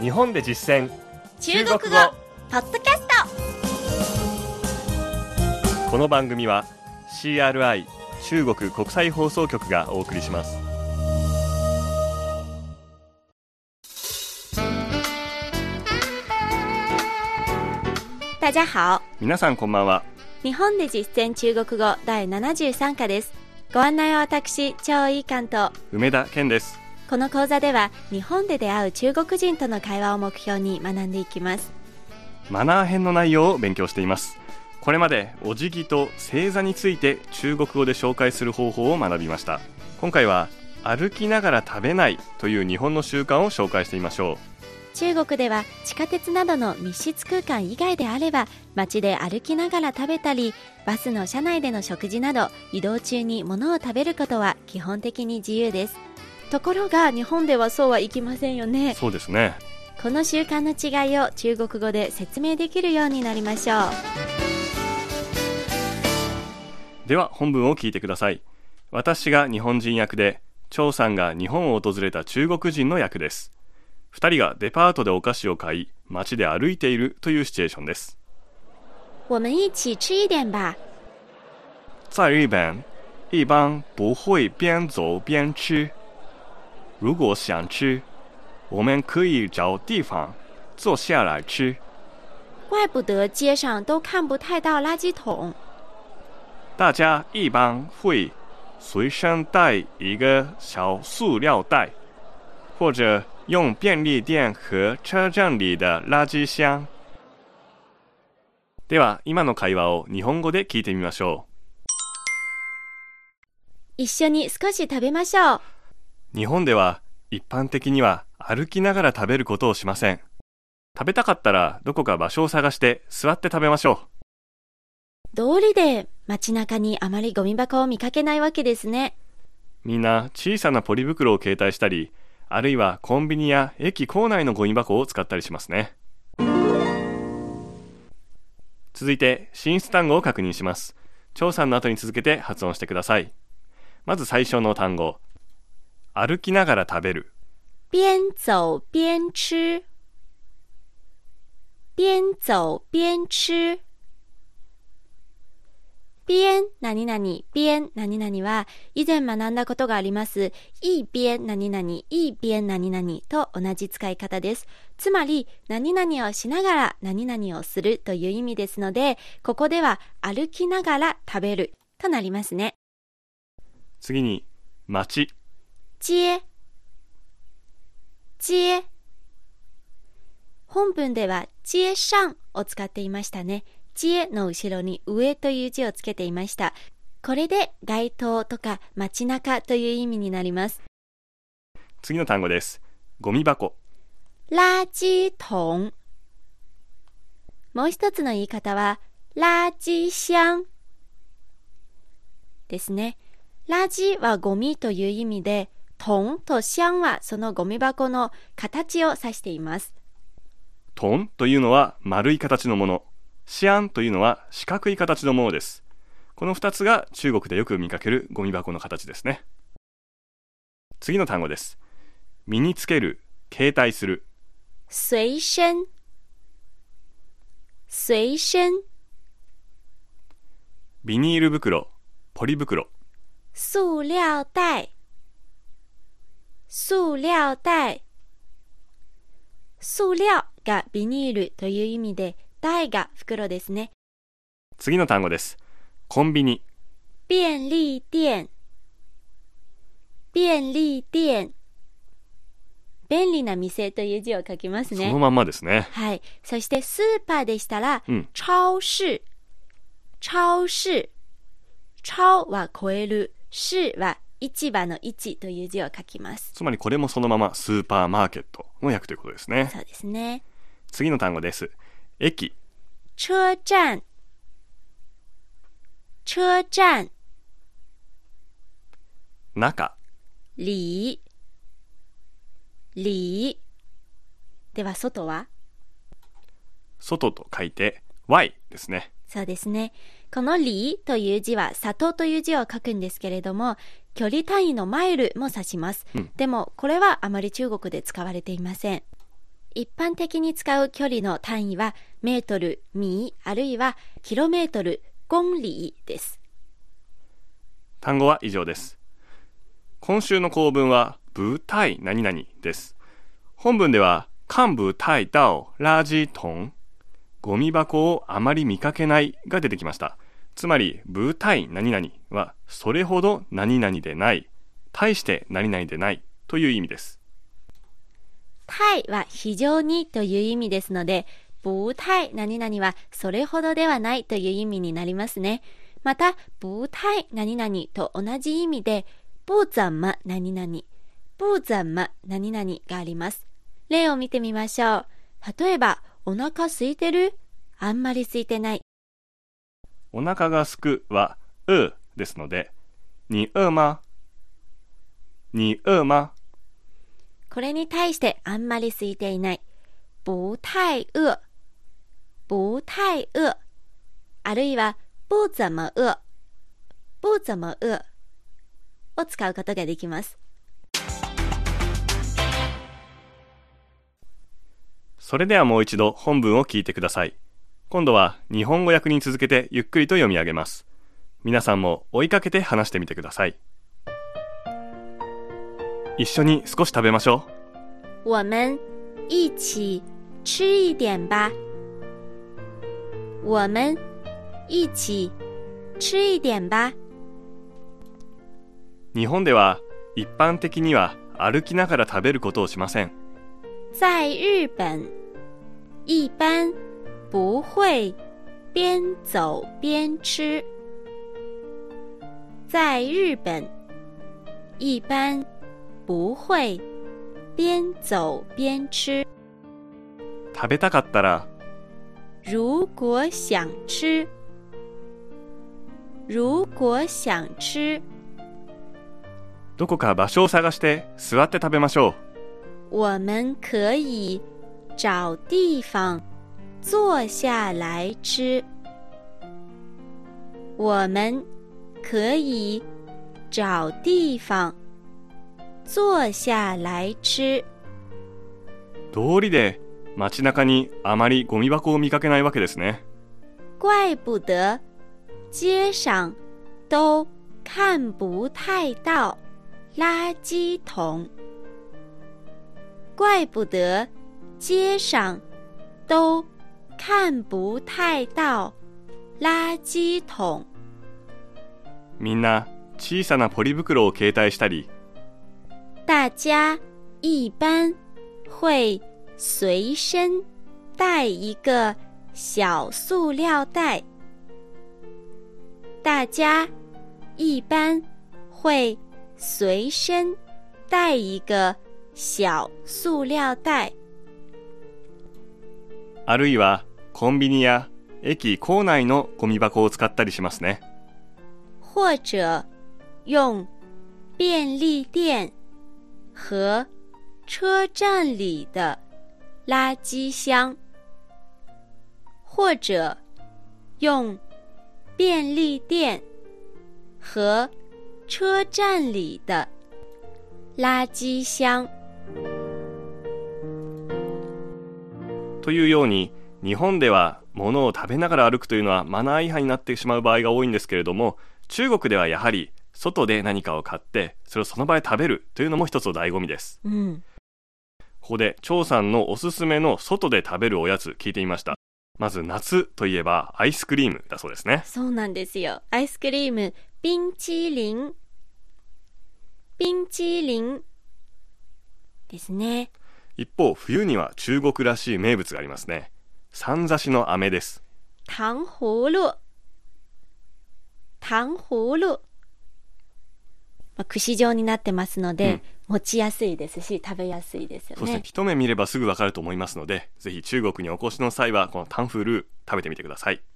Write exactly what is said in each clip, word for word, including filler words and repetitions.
日本で実践中国語ポッドキャスト。 この番組は シーアールアイ 中国国際放送局がお送りします。 大家好。 皆さんこんばんは。 日本で実践中国語だいななじゅうさん課です。ご案内は私、張井監と梅田健です。 この講座では日本で出会う中国人との会話を目標に学んでいきます。 マナー編の内容を勉強しています。これまでお辞儀と正座について中国語で紹介する方法を学びました。今回は歩きながら食べないという日本の習慣を紹介してみましょう。 中国では地下鉄などの密室空間以外であれば街で歩きながら食べたり、バスの車内での食事など移動中に物を食べることは基本的に自由です。ところが日本ではそうはいきませんよね。 そうですね。 この習慣の違いを中国語で説明できるようになりましょう。 では本文を聞いてください。私が日本人役で、張さんが日本を訪れた中国人の役です。ふたりがデパートでお菓子を買い、街で歩いているというシチュエーションです。 我们一起吃一点吧。 在日本一般不会边走边吃。如果想吃，我们可以找地方坐下来吃。 怪不得街上都看不太到垃圾桶。 大家一般会随身带一个小塑料袋，或者用便利店和车站里的垃圾箱。では今の会話を日本語で聞いてみましょう。一緒に少し食べましょう。 日本では一般的には歩きながら食べることをしません。食べたかったらどこか場所を探して座って食べましょう。道理で街中にあまりゴミ箱を見かけないわけですね。 みんな小さなポリ袋を携帯したり、あるいはコンビニや駅構内のゴミ箱を使ったりしますね。続いて進出単語を確認します。張さんの後に続けて発音してください。まず最初の単語、歩きながら食べる。 边走边吃。边走边吃。边何々边何々は以前学んだことがありますいい边何々いい边何々と同じ使い方です。つまり何々をしながら何々をするという意味ですので、ここでは歩きながら食べるとなりますね。 次に街。 街街。本文では街上を使っていましたね。街の後ろに上という字をつけていました。これで街頭とか街中という意味になります。 次の単語です。ゴミ箱。 垃圾桶。もう一つの言い方は垃圾箱ですね。垃圾はゴミという意味で、桶と箱はそのゴミ箱の形を指しています。 桶というのは丸い形のもの。箱というのは四角い形のものです。このふたつが中国でよく見かけるゴミ箱の形ですね。次の単語です。身につける、携帯する。 随身随身。 ビニール袋、ポリ袋。 塑料袋塑料袋。塑料がビニールという意味で、袋が袋ですね。 次の単語です。コンビニ。 便利店便利店。便利な店という字を書きますね。 そのまんまですね。 はい。そしてスーパーでしたら、 うん、 超市超市。超は超える、市は市場の市という字を書きます。 つまりこれもそのままスーパーマーケットの訳ということですね。 そうですね。 次の単語です。駅。 車站車站。 中。 里里。では外は？ 外と書いて Y ですね。 そうですね。この里という字は里という字を書くんですけれども、距離単位のマイルも指します、 うん、 でもこれはあまり中国で使われていません。 一般的に使う距離の単位はメートル、ミあるいはキロメートル、公里です。 単語は以上です。今週の構文は不太何々です。本文では看不太到垃圾桶、ゴミ箱をあまり見かけないが出てきました。つまり不太何々はそれほど何々でない、大して何々でないという意味です。 太は非常にという意味ですので、不太何々はそれほどではないという意味になりますね。また、不太何々と同じ意味で、不怎么何々、不怎么何々があります。例を見てみましょう。例えば、お腹空いてる？あんまり空いてない。 お腹がすくはうですので、你饿吗？你饿吗？ これに対してあんまり空いていない。不太餓、不太餓、あるいは不怎么餓、不怎么餓を使うことができます。 それではもう一度本文を聞いてください。今度は日本語訳に続けてゆっくりと読み上げます。皆さんも追いかけて話してみてください。一緒に少し食べましょう。我们一起吃一点吧。我们一起吃一点吧。 日本では一般的には歩きながら食べることをしません。 在日本、一般不会边走边吃。在日本、一般不会边走边吃。 食べたかったら、 如果想吃。如果想吃。 どこか場所を探して座って食べましょう。 我们可以找地方坐下来吃。我们可以找地方坐下来吃。 道理で街中にあまりゴミ箱を見かけないわけですね。 怪不得街上都看不太到垃圾桶。怪不得街上都看不太到垃圾桶。 みんな小さなポリ袋を携帯したり、 大家一般会随身带一个小塑料袋。大家一般会随身带一个小塑料袋。 あるいはコンビニや駅構内のゴミ箱を使ったりしますね。 或者用便利店和车站里的垃圾箱。或者用便利店和车站里的垃圾箱。 というように、日本では物を食べながら歩くというのはマナー違反になってしまう場合が多いんですけれども、中国ではやはり外で何かを買ってそれをその場で食べるというのも一つの醍醐味です、 うん、 ここで張さんのおすすめの外で食べるおやつ聞いてみました。まず夏といえばアイスクリームだそうですね。 そうなんですよ。アイスクリーム、冰淇淋冰淇淋ですね。 一方、冬には中国らしい名物がありますね。さんざしの飴です。 糖葫芦糖葫芦、まあ、串状になってますので、うん、持ちやすいですし食べやすいですよね。 そして一目見ればすぐわかると思いますので、ぜひ中国にお越しの際はこの糖葫芦食べてみてください。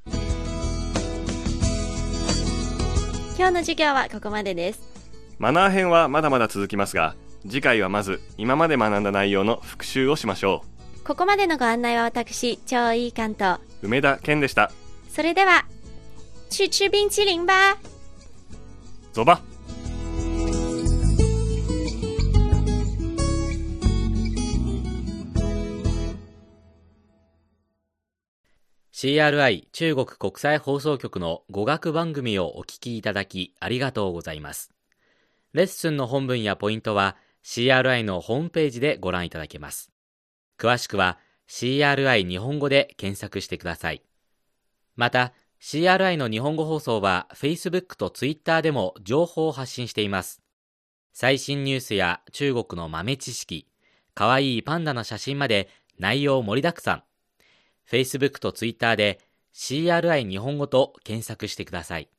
今日の授業はここまでです。 マナー編はまだまだ続きますが、次回はまず今まで学んだ内容の復習をしましょう。ここまでのご案内は私、張一貫と梅田健でした。 それでは去吃冰淇淋吧。 走吧。 シーアールアイ 中国国際放送局の語学番組をお聞きいただきありがとうございます。レッスンの本文やポイントは シーアールアイ のホームページでご覧いただけます。詳しくは シーアールアイ 日本語で検索してください。また、シーアールアイ の日本語放送は Facebook と Twitter でも情報を発信しています。最新ニュースや中国の豆知識、かわいいパンダの写真まで内容盛りだくさん。Facebook と Twitter で シーアールアイ 日本語と検索してください。